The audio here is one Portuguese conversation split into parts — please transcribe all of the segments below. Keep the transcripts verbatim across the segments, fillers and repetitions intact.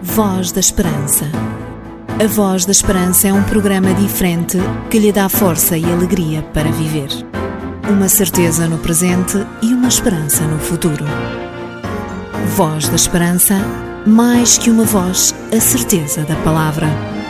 Voz da Esperança. A Voz da Esperança é um programa diferente que lhe dá força e alegria para viver. Uma certeza no presente e uma esperança no futuro. Voz da Esperança, mais que uma voz, a certeza da palavra.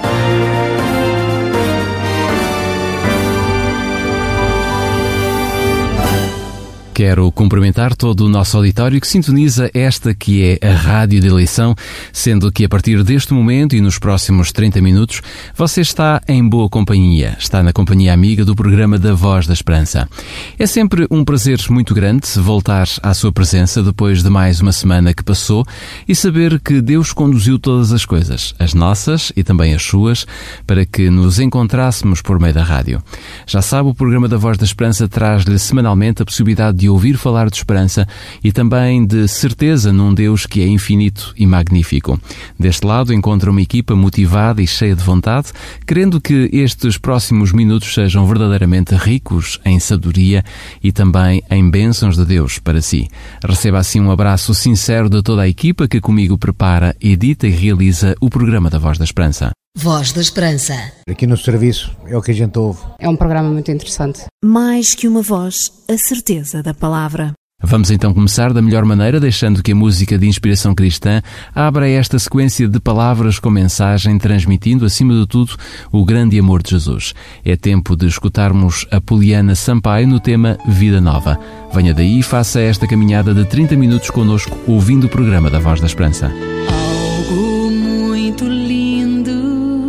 Quero cumprimentar todo o nosso auditório que sintoniza esta que é a Rádio de Eleição, sendo que a partir deste momento e nos próximos trinta minutos você está em boa companhia, está na companhia amiga do programa da Voz da Esperança. É sempre um prazer muito grande voltar à sua presença depois de mais uma semana que passou e saber que Deus conduziu todas as coisas, as nossas e também as suas, para que nos encontrássemos por meio da rádio. Já sabe, o programa da Voz da Esperança traz-lhe semanalmente a possibilidade de ouvir falar de esperança e também de certeza num Deus que é infinito e magnífico. Deste lado encontra uma equipa motivada e cheia de vontade, querendo que estes próximos minutos sejam verdadeiramente ricos em sabedoria e também em bênçãos de Deus para si. Receba assim um abraço sincero de toda a equipa que comigo prepara, edita e realiza o programa da Voz da Esperança. Voz da Esperança. Aqui no serviço é o que a gente ouve. É um programa muito interessante. Mais que uma voz, a certeza da palavra. Vamos então começar da melhor maneira, deixando que a música de inspiração cristã abra esta sequência de palavras com mensagem, transmitindo, acima de tudo, o grande amor de Jesus. É tempo de escutarmos a Poliana Sampaio no tema Vida Nova. Venha daí e faça esta caminhada de trinta minutos connosco, ouvindo o programa da Voz da Esperança. Algo muito lindo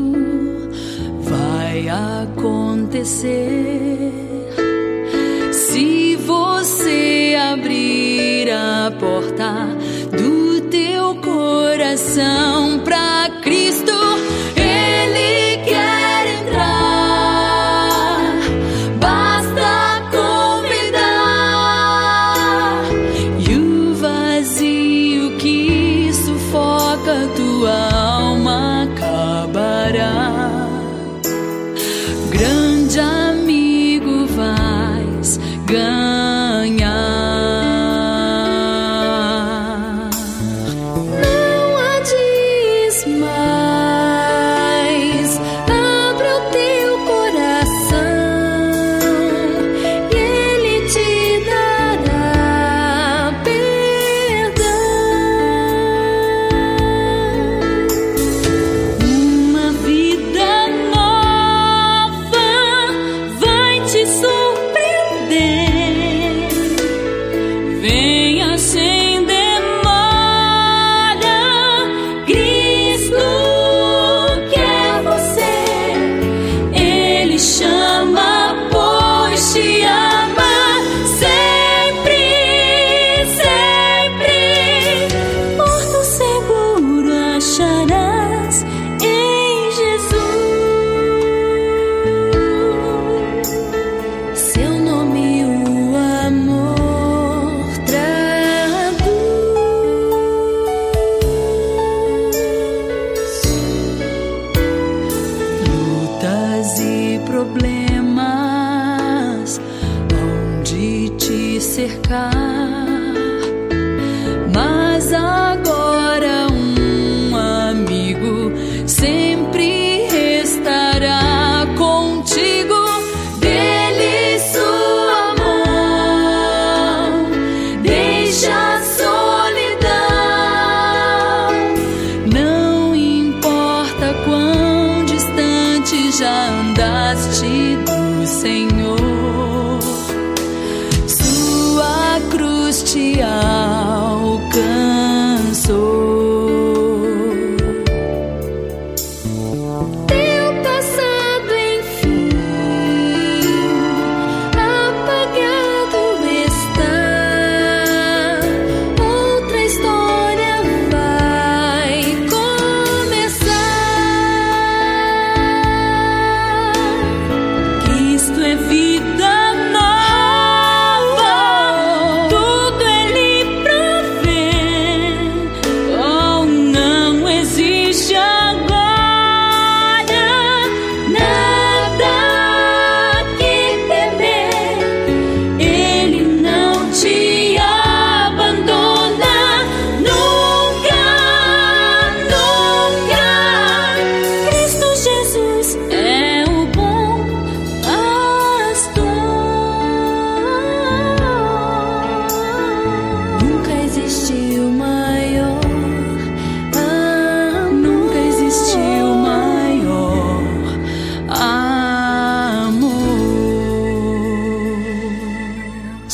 vai acontecer se você abrir a porta do teu coração para Cristo. Ele quer entrar, basta convidar, e o vazio que sufoca tua alma acabará. Grande amigo vais ganhar. Não adies mais, abra o teu coração e Ele te dará perdão. Uma vida nova vai te surpreender. Venha sem demora, Cristo quer você. Ele chama, pois te ama sempre, sempre. Porto seguro acharás em Jesus. Seu nome o amor traduz. Lutas e problemas hão de te cercar, mas agora um amigo sempre estará contigo. Dele sua mão, deixa a solidão. Não importa quão distante já andaste do Senhor, sua cruz te alcançou. Teu passado, enfim, apagado está. Outra história vai começar.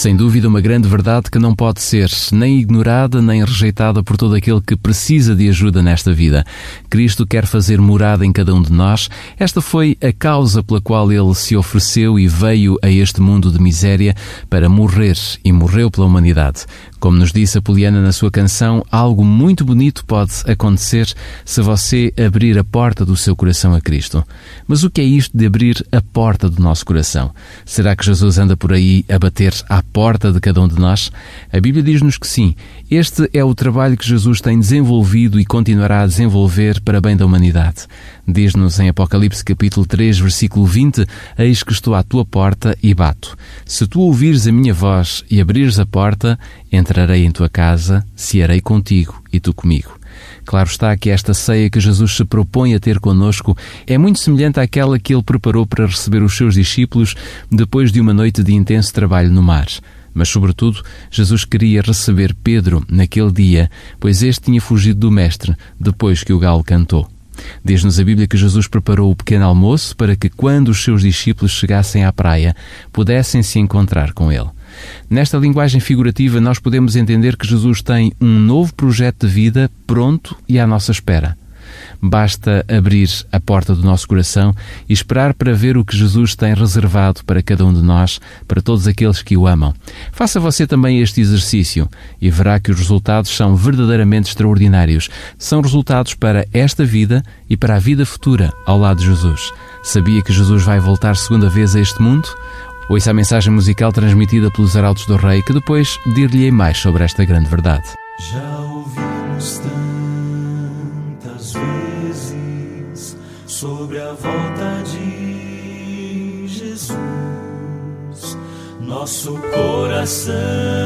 Sem dúvida, uma grande verdade que não pode ser nem ignorada nem rejeitada por todo aquele que precisa de ajuda nesta vida. Cristo quer fazer morada em cada um de nós. Esta foi a causa pela qual Ele se ofereceu e veio a este mundo de miséria para morrer, e morreu pela humanidade. Como nos disse a Poliana na sua canção, algo muito bonito pode acontecer se você abrir a porta do seu coração a Cristo. Mas o que é isto de abrir a porta do nosso coração? Será que Jesus anda por aí a bater à porta de cada um de nós? A Bíblia diz-nos que sim. Este é o trabalho que Jesus tem desenvolvido e continuará a desenvolver para bem da humanidade. Diz-nos em Apocalipse capítulo três, versículo vinte: Eis que estou à tua porta e bato. Se tu ouvires a minha voz e abrires a porta, entrarei em tua casa, cearei contigo e tu comigo. Claro está que esta ceia que Jesus se propõe a ter conosco é muito semelhante àquela que Ele preparou para receber os seus discípulos depois de uma noite de intenso trabalho no mar. Mas, sobretudo, Jesus queria receber Pedro naquele dia, pois este tinha fugido do Mestre depois que o galo cantou. Diz-nos a Bíblia que Jesus preparou o pequeno almoço para que, quando os seus discípulos chegassem à praia, pudessem se encontrar com Ele. Nesta linguagem figurativa, nós podemos entender que Jesus tem um novo projeto de vida pronto e à nossa espera. Basta abrir a porta do nosso coração e esperar para ver o que Jesus tem reservado para cada um de nós, para todos aqueles que o amam. Faça você também este exercício e verá que os resultados são verdadeiramente extraordinários. São resultados para esta vida e para a vida futura ao lado de Jesus. Sabia que Jesus vai voltar segunda vez a este mundo? Ouça a mensagem musical transmitida pelos Arautos do Rei, que depois dir-lhe-ei mais sobre esta grande verdade. Já ouvimos tantas vezes sobre a volta de Jesus. Nosso coração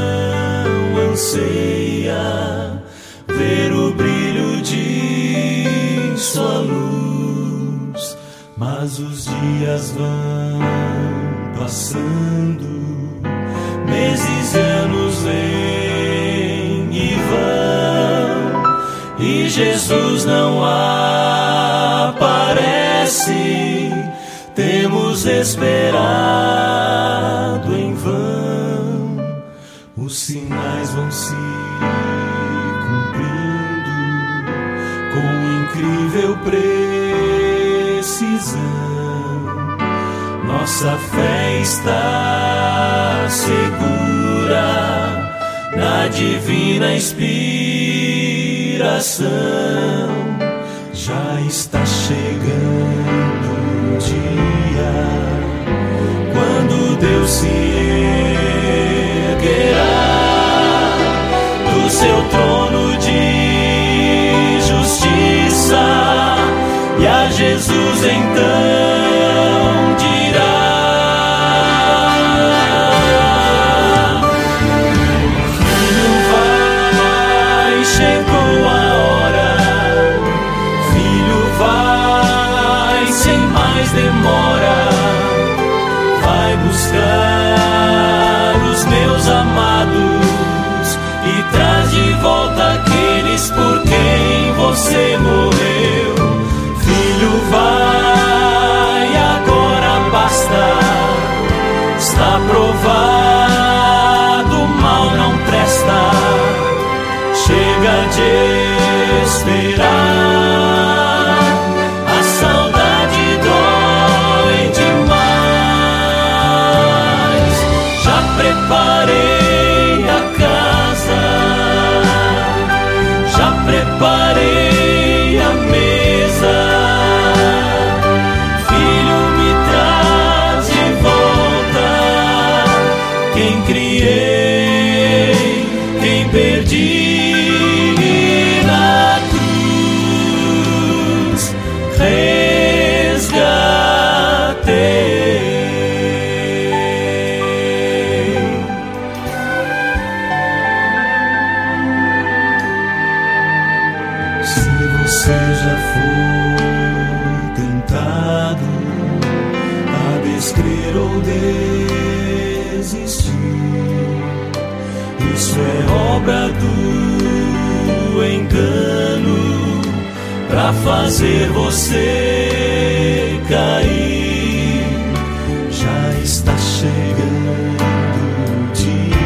anseia ver o brilho de sua luz, mas os dias vão passando, meses e anos vêm e vão, e Jesus não aparece. Temos esperado em vão, os sinais vão se cumprindo com incrível precisão. Nossa fé está segura na divina inspiração. Já está chegando o dia quando Deus se erguerá do seu trono de justiça, e a Jesus então demora, vai buscar os meus amados e traz de volta aqueles por quem você morreu. Filho, vai, agora basta, está provado, o mal não presta, chega de esperar. Preparei a casa, já preparei a mesa. Filho, me traz de volta quem criei, quem perdi na cruz, resgatei. Você já foi tentado a descrer ou desistir. Isso é obra do engano pra fazer você cair. Já está chegando o dia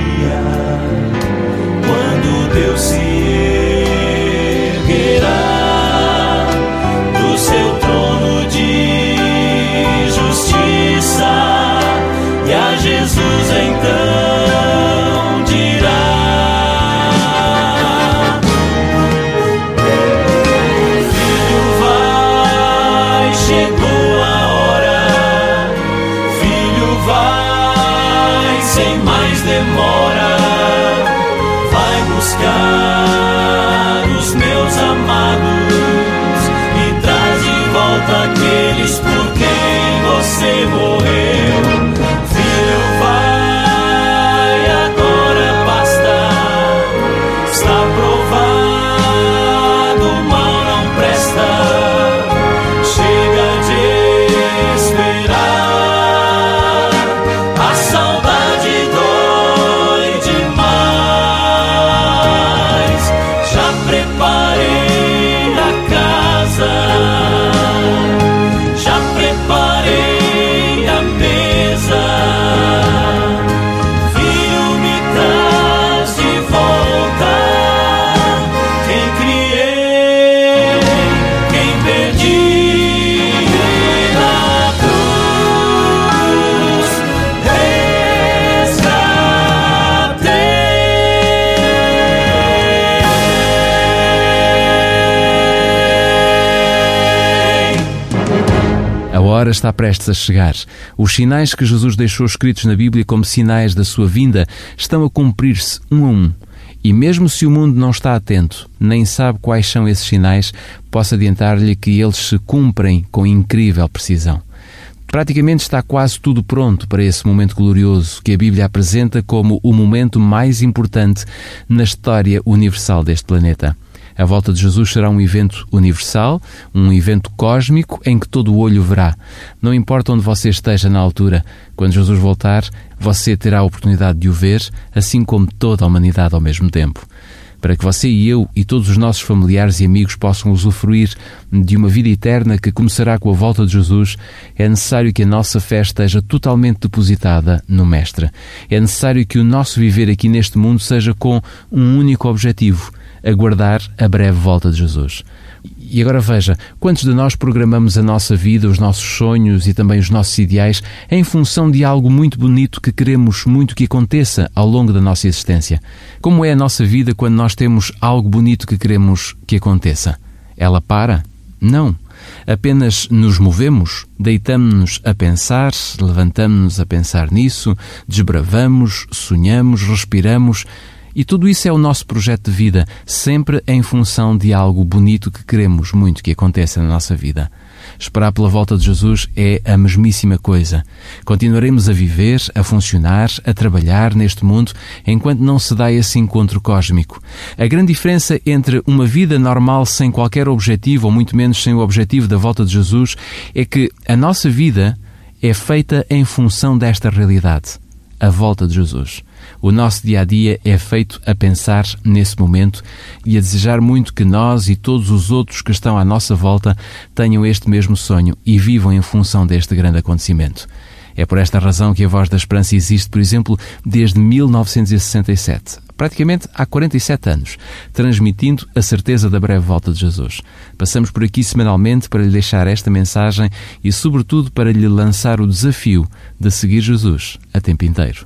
hora está prestes a chegar. Os sinais que Jesus deixou escritos na Bíblia como sinais da sua vinda estão a cumprir-se um a um. E mesmo se o mundo não está atento, nem sabe quais são esses sinais, posso adiantar-lhe que eles se cumprem com incrível precisão. Praticamente está quase tudo pronto para esse momento glorioso que a Bíblia apresenta como o momento mais importante na história universal deste planeta. A volta de Jesus será um evento universal, um evento cósmico em que todo o olho verá. Não importa onde você esteja na altura, quando Jesus voltar, você terá a oportunidade de o ver, assim como toda a humanidade ao mesmo tempo. Para que você e eu e todos os nossos familiares e amigos possam usufruir de uma vida eterna que começará com a volta de Jesus, é necessário que a nossa fé esteja totalmente depositada no Mestre. É necessário que o nosso viver aqui neste mundo seja com um único objetivo: aguardar a breve volta de Jesus. E agora veja, quantos de nós programamos a nossa vida, os nossos sonhos e também os nossos ideais em função de algo muito bonito que queremos muito que aconteça ao longo da nossa existência? Como é a nossa vida quando nós temos algo bonito que queremos que aconteça? Ela para? Não. Apenas nos movemos, deitamos-nos a pensar, levantamos-nos a pensar nisso, desbravamos, sonhamos, respiramos. E tudo isso é o nosso projeto de vida, sempre em função de algo bonito que queremos muito que aconteça na nossa vida. Esperar pela volta de Jesus é a mesmíssima coisa. Continuaremos a viver, a funcionar, a trabalhar neste mundo enquanto não se dá esse encontro cósmico. A grande diferença entre uma vida normal sem qualquer objetivo, ou muito menos sem o objetivo da volta de Jesus, é que a nossa vida é feita em função desta realidade, a volta de Jesus. O nosso dia-a-dia é feito a pensar nesse momento e a desejar muito que nós e todos os outros que estão à nossa volta tenham este mesmo sonho e vivam em função deste grande acontecimento. É por esta razão que a Voz da Esperança existe, por exemplo, desde mil novecentos e sessenta e sete, praticamente há quarenta e sete anos, transmitindo a certeza da breve volta de Jesus. Passamos por aqui semanalmente para lhe deixar esta mensagem e, sobretudo, para lhe lançar o desafio de seguir Jesus a tempo inteiro.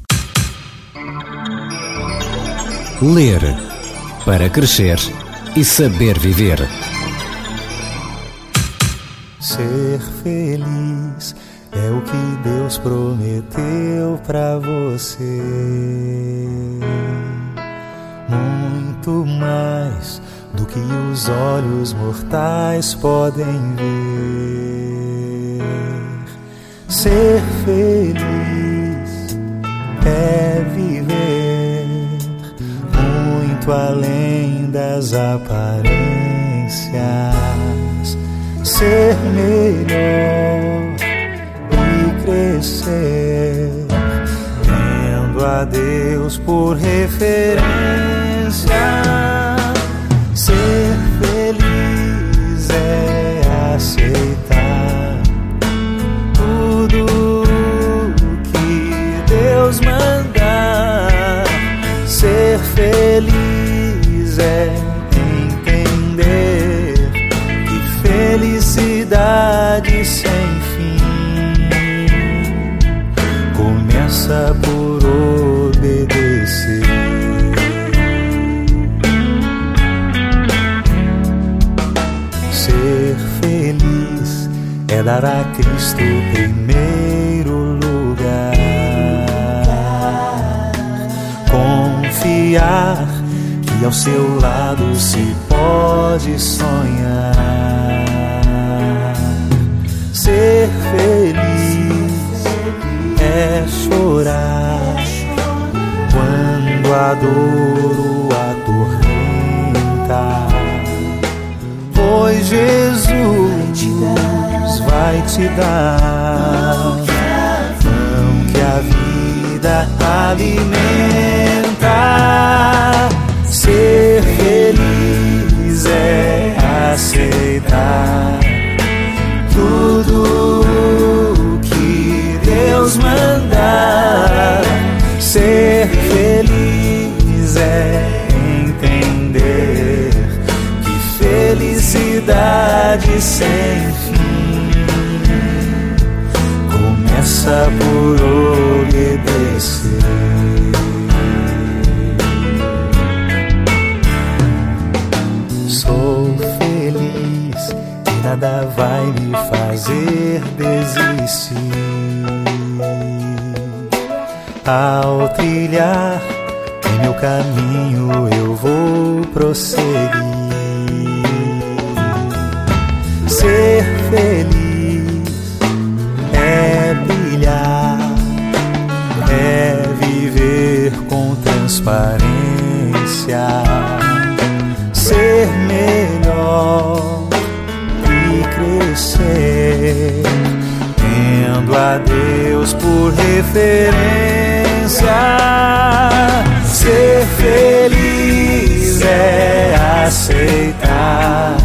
Ler para crescer e saber viver. Ser feliz é o que Deus prometeu pra você. Muito mais do que os olhos mortais podem ver. Ser feliz é viver muito além das aparências, ser melhor e crescer, tendo a Deus por referência. Ser feliz é aceitar tudo que Deus mandar. Ser feliz é entender que felicidade sem fim começa por obedecer. Ser feliz é dar a Cristo o primeiro lugar. Confiar que ao seu lado se pode sonhar. Ser feliz é chorar quando a dor o atormenta, pois Jesus vai te dar pão que a vida alimenta. Ser feliz é aceitar tudo que Deus mandar. Ser feliz é entender que felicidade sem fim começa por obedecer. Sou feliz nada vai me fazer desistir. Ao trilhar em meu caminho eu vou prosseguir. Ser feliz é brilhar, é viver com transparência, ser melhor e crescer, tendo a Deus por referência. Ser feliz é aceitar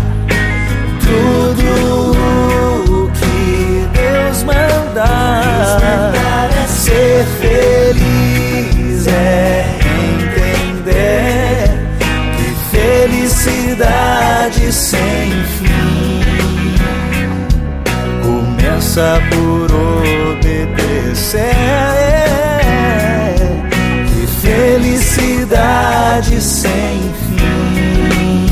tudo o que Deus mandar. Ser feliz é entender que felicidade sem fim começa por obedecer. Que felicidade sem fim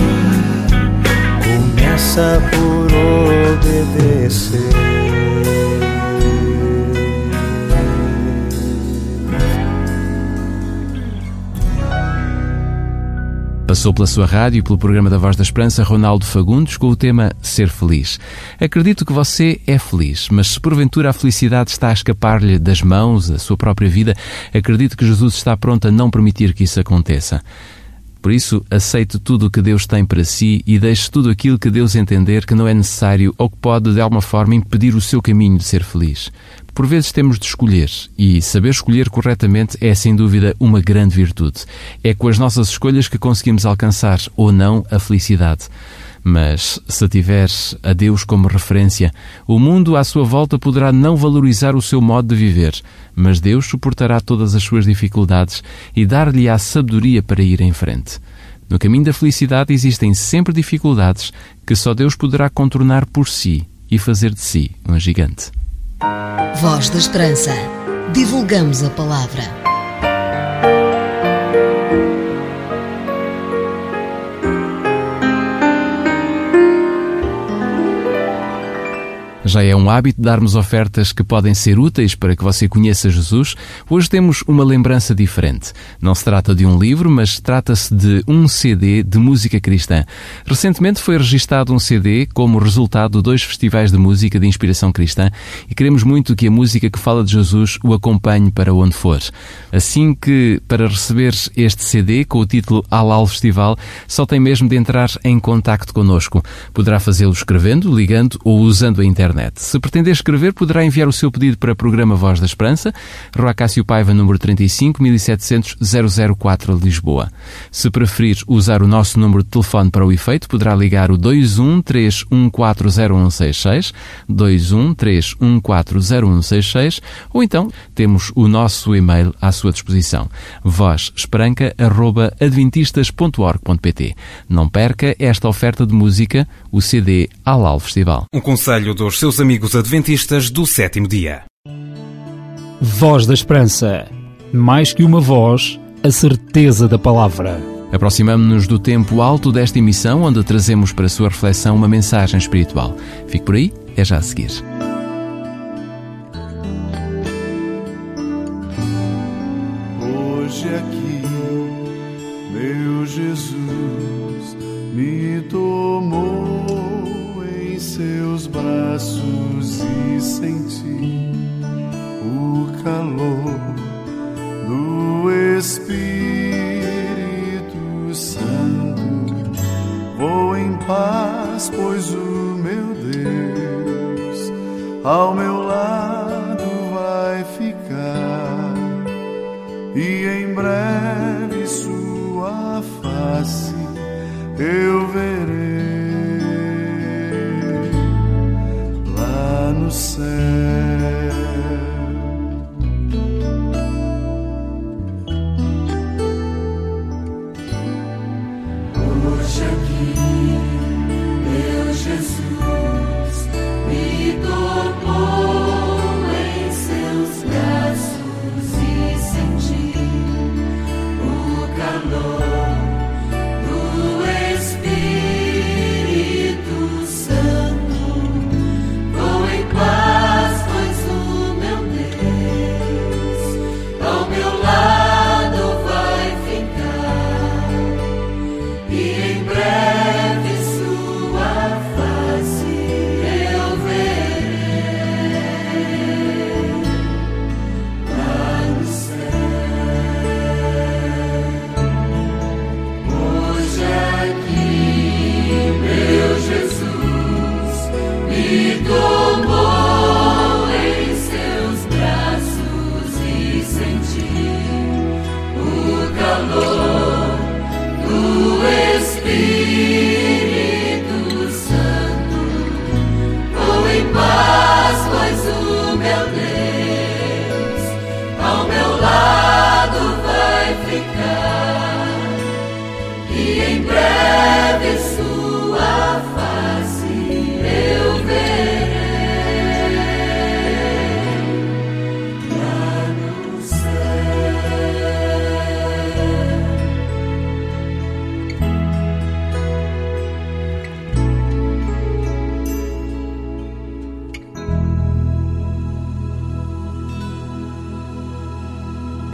começa por obedecer. Passou pela sua rádio e pelo programa da Voz da Esperança Ronaldo Fagundes com o tema Ser Feliz. Acredito que você é feliz, mas se porventura a felicidade está a escapar-lhe das mãos, da sua própria vida, acredito que Jesus está pronto a não permitir que isso aconteça. Por isso, aceite tudo o que Deus tem para si e deixe tudo aquilo que Deus entender que não é necessário ou que pode, de alguma forma, impedir o seu caminho de ser feliz. Por vezes temos de escolher, e saber escolher corretamente é, sem dúvida, uma grande virtude. É com as nossas escolhas que conseguimos alcançar, ou não, a felicidade. Mas, se tiver a Deus como referência, o mundo à sua volta poderá não valorizar o seu modo de viver, mas Deus suportará todas as suas dificuldades e dar-lhe a sabedoria para ir em frente. No caminho da felicidade existem sempre dificuldades que só Deus poderá contornar por si e fazer de si um gigante. Voz da Esperança. Divulgamos a palavra. Já é um hábito darmos ofertas que podem ser úteis para que você conheça Jesus. Hoje temos uma lembrança diferente. Não se trata de um livro, mas trata-se de um C D de música cristã. Recentemente foi registado um C D como resultado de dois festivais de música de inspiração cristã e queremos muito que a música que fala de Jesus o acompanhe para onde for. Assim que, para receber este C D com o título Halal Festival, só tem mesmo de entrar em contacto connosco. Poderá fazê-lo escrevendo, ligando ou usando a internet. Se pretender escrever, poderá enviar o seu pedido para o programa Voz da Esperança, Rua Cássio Paiva, número trinta e cinco, mil e setecentos, zero zero quatro, Lisboa. Se preferir usar o nosso número de telefone para o efeito, poderá ligar o dois um três um quatro zero um seis seis, dois um três um quatro zero um seis seis, ou então temos o nosso e-mail à sua disposição, voz esperanca arroba adventistas ponto org ponto pt. Não perca esta oferta de música, o C D Halal Festival. Um conselho dos seus amigos adventistas do sétimo dia. Voz da Esperança. Mais que uma voz, a certeza da palavra. Aproximamo-nos do tempo alto desta emissão, onde trazemos para a sua reflexão uma mensagem espiritual. Fique por aí, é já a seguir. Hoje aqui, meu Jesus me tomou em seus braços e senti o calor do Espírito Santo. Vou em paz, pois o meu Deus ao meu lado vai ficar, e em breve sua face eu verei lá no céu. Hoje aqui, meu Jesus me tomou em seus braços e senti o calor do Espírito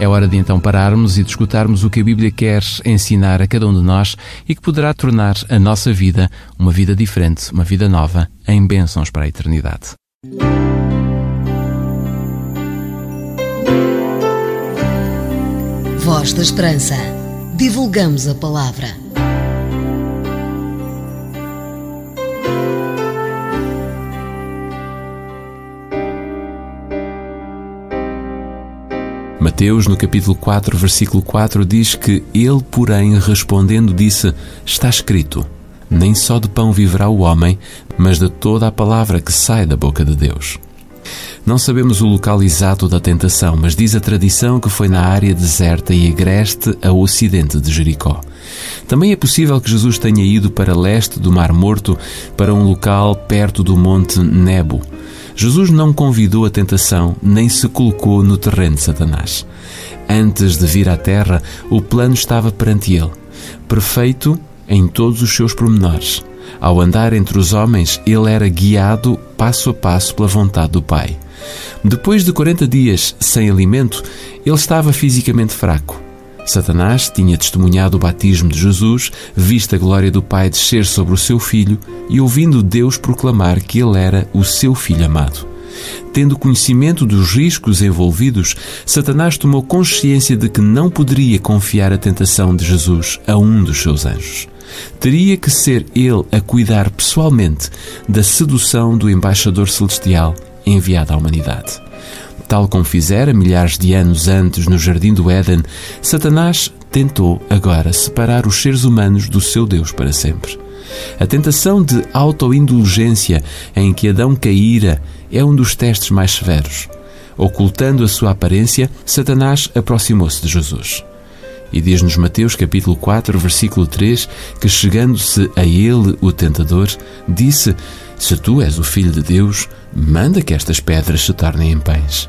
É hora de então pararmos e de escutarmos o que a Bíblia quer ensinar a cada um de nós e que poderá tornar a nossa vida uma vida diferente, uma vida nova, em bênçãos para a eternidade. Voz da Esperança. Divulgamos a palavra. Mateus, no capítulo quatro, versículo quatro, diz que ele, porém, respondendo, disse: está escrito, nem só de pão viverá o homem, mas de toda a palavra que sai da boca de Deus. Não sabemos o local exato da tentação, mas diz a tradição que foi na área deserta e agreste a ocidente de Jericó. Também é possível que Jesus tenha ido para leste do Mar Morto, para um local perto do Monte Nebo. Jesus não convidou a tentação, nem se colocou no terreno de Satanás. Antes de vir à terra, o plano estava perante ele, perfeito em todos os seus pormenores. Ao andar entre os homens, ele era guiado passo a passo pela vontade do Pai. Depois de quarenta dias sem alimento, ele estava fisicamente fraco. Satanás tinha testemunhado o batismo de Jesus, visto a glória do Pai descer sobre o seu Filho e ouvindo Deus proclamar que ele era o seu Filho amado. Tendo conhecimento dos riscos envolvidos, Satanás tomou consciência de que não poderia confiar a tentação de Jesus a um dos seus anjos. Teria que ser ele a cuidar pessoalmente da sedução do embaixador celestial enviado à humanidade. Tal como fizera milhares de anos antes no Jardim do Éden, Satanás tentou agora separar os seres humanos do seu Deus para sempre. A tentação de autoindulgência em que Adão caíra é um dos testes mais severos. Ocultando a sua aparência, Satanás aproximou-se de Jesus. E diz-nos Mateus capítulo quatro, versículo três, que chegando-se a ele o tentador, disse: se tu és o Filho de Deus, manda que estas pedras se tornem em pães.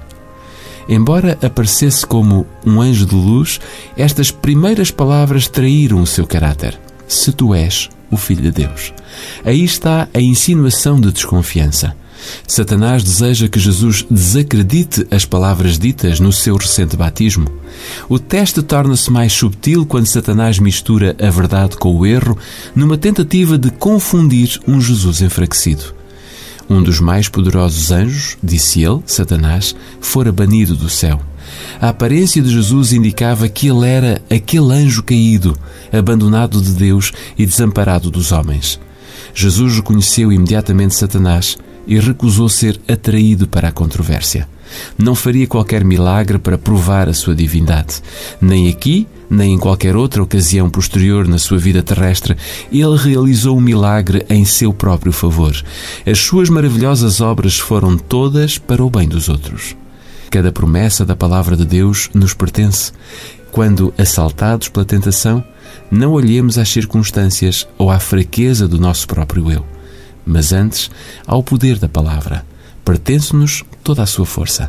Embora aparecesse como um anjo de luz, estas primeiras palavras traíram o seu caráter. Se tu és o Filho de Deus. Aí está a insinuação de desconfiança. Satanás deseja que Jesus desacredite as palavras ditas no seu recente batismo. O teste torna-se mais subtil quando Satanás mistura a verdade com o erro, numa tentativa de confundir um Jesus enfraquecido. Um dos mais poderosos anjos, disse ele, Satanás, fora banido do céu. A aparência de Jesus indicava que ele era aquele anjo caído, abandonado de Deus e desamparado dos homens. Jesus reconheceu imediatamente Satanás e recusou ser atraído para a controvérsia. Não faria qualquer milagre para provar a sua divindade. Nem aqui, nem em qualquer outra ocasião posterior na sua vida terrestre, ele realizou um milagre em seu próprio favor. As suas maravilhosas obras foram todas para o bem dos outros. Cada promessa da palavra de Deus nos pertence. Quando assaltados pela tentação, não olhemos às circunstâncias ou à fraqueza do nosso próprio eu, mas antes ao poder da palavra. Pertence-nos toda a sua força.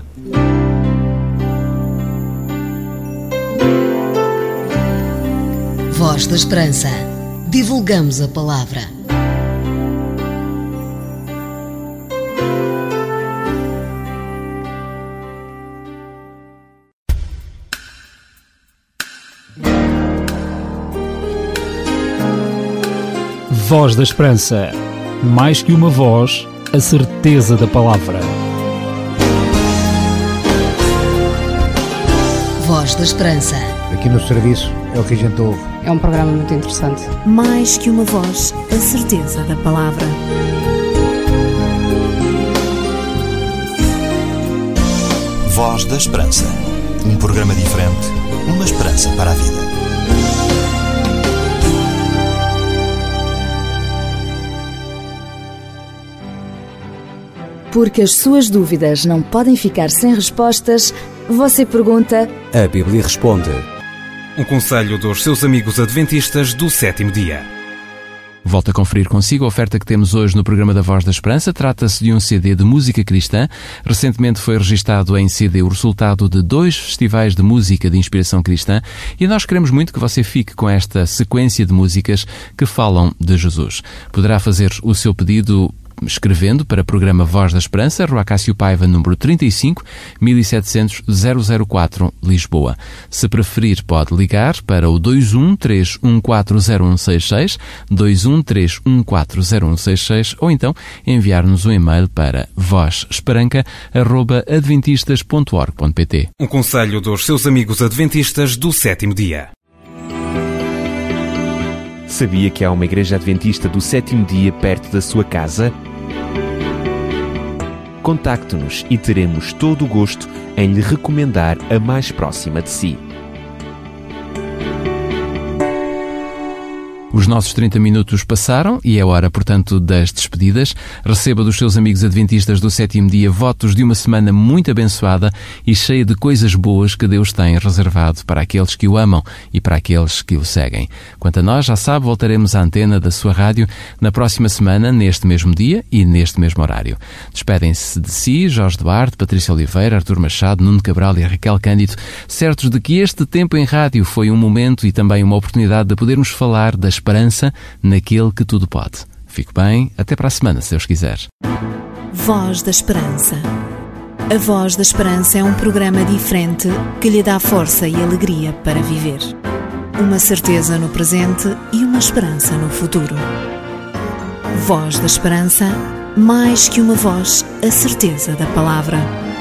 Voz da Esperança. Divulgamos a palavra. Voz da Esperança. Mais que uma voz, a certeza da palavra. Voz da Esperança. Aqui no serviço é o que a gente ouve. É um programa muito interessante. Mais que uma voz, a certeza da palavra. Voz da Esperança. Um programa diferente, uma esperança para a vida. Porque as suas dúvidas não podem ficar sem respostas, você pergunta, a Bíblia responde. Um conselho dos seus amigos adventistas do sétimo dia. Volto a conferir consigo a oferta que temos hoje no programa da Voz da Esperança. Trata-se de um C D de música cristã. Recentemente foi registado em C D o resultado de dois festivais de música de inspiração cristã e nós queremos muito que você fique com esta sequência de músicas que falam de Jesus. Poderá fazer o seu pedido escrevendo para o programa Voz da Esperança, Rua Cássio Paiva, número trinta e cinco, mil e setecentos, zero zero quatro, Lisboa. Se preferir, pode ligar para o dois um três um quatro zero um seis seis, dois um três um quatro zero um seis seis, ou então enviar-nos um e-mail para voz esperanca arroba adventistas ponto org ponto pt. Um conselho dos seus amigos adventistas do sétimo dia. Sabia que há uma igreja adventista do sétimo dia perto da sua casa? Contacte-nos e teremos todo o gosto em lhe recomendar a mais próxima de si. Os nossos trinta minutos passaram e é hora, portanto, das despedidas. Receba dos seus amigos adventistas do sétimo dia votos de uma semana muito abençoada e cheia de coisas boas que Deus tem reservado para aqueles que o amam e para aqueles que o seguem. Quanto a nós, já sabe, voltaremos à antena da sua rádio na próxima semana, neste mesmo dia e neste mesmo horário. Despedem-se de si, Jorge Duarte, Patrícia Oliveira, Artur Machado, Nuno Cabral e Raquel Cândido, certos de que este tempo em rádio foi um momento e também uma oportunidade de podermos falar das esperança naquele que tudo pode. Fico bem, até para a semana, se Deus quiser. Voz da Esperança. A Voz da Esperança é um programa diferente que lhe dá força e alegria para viver. Uma certeza no presente e uma esperança no futuro. Voz da Esperança, mais que uma voz, a certeza da palavra.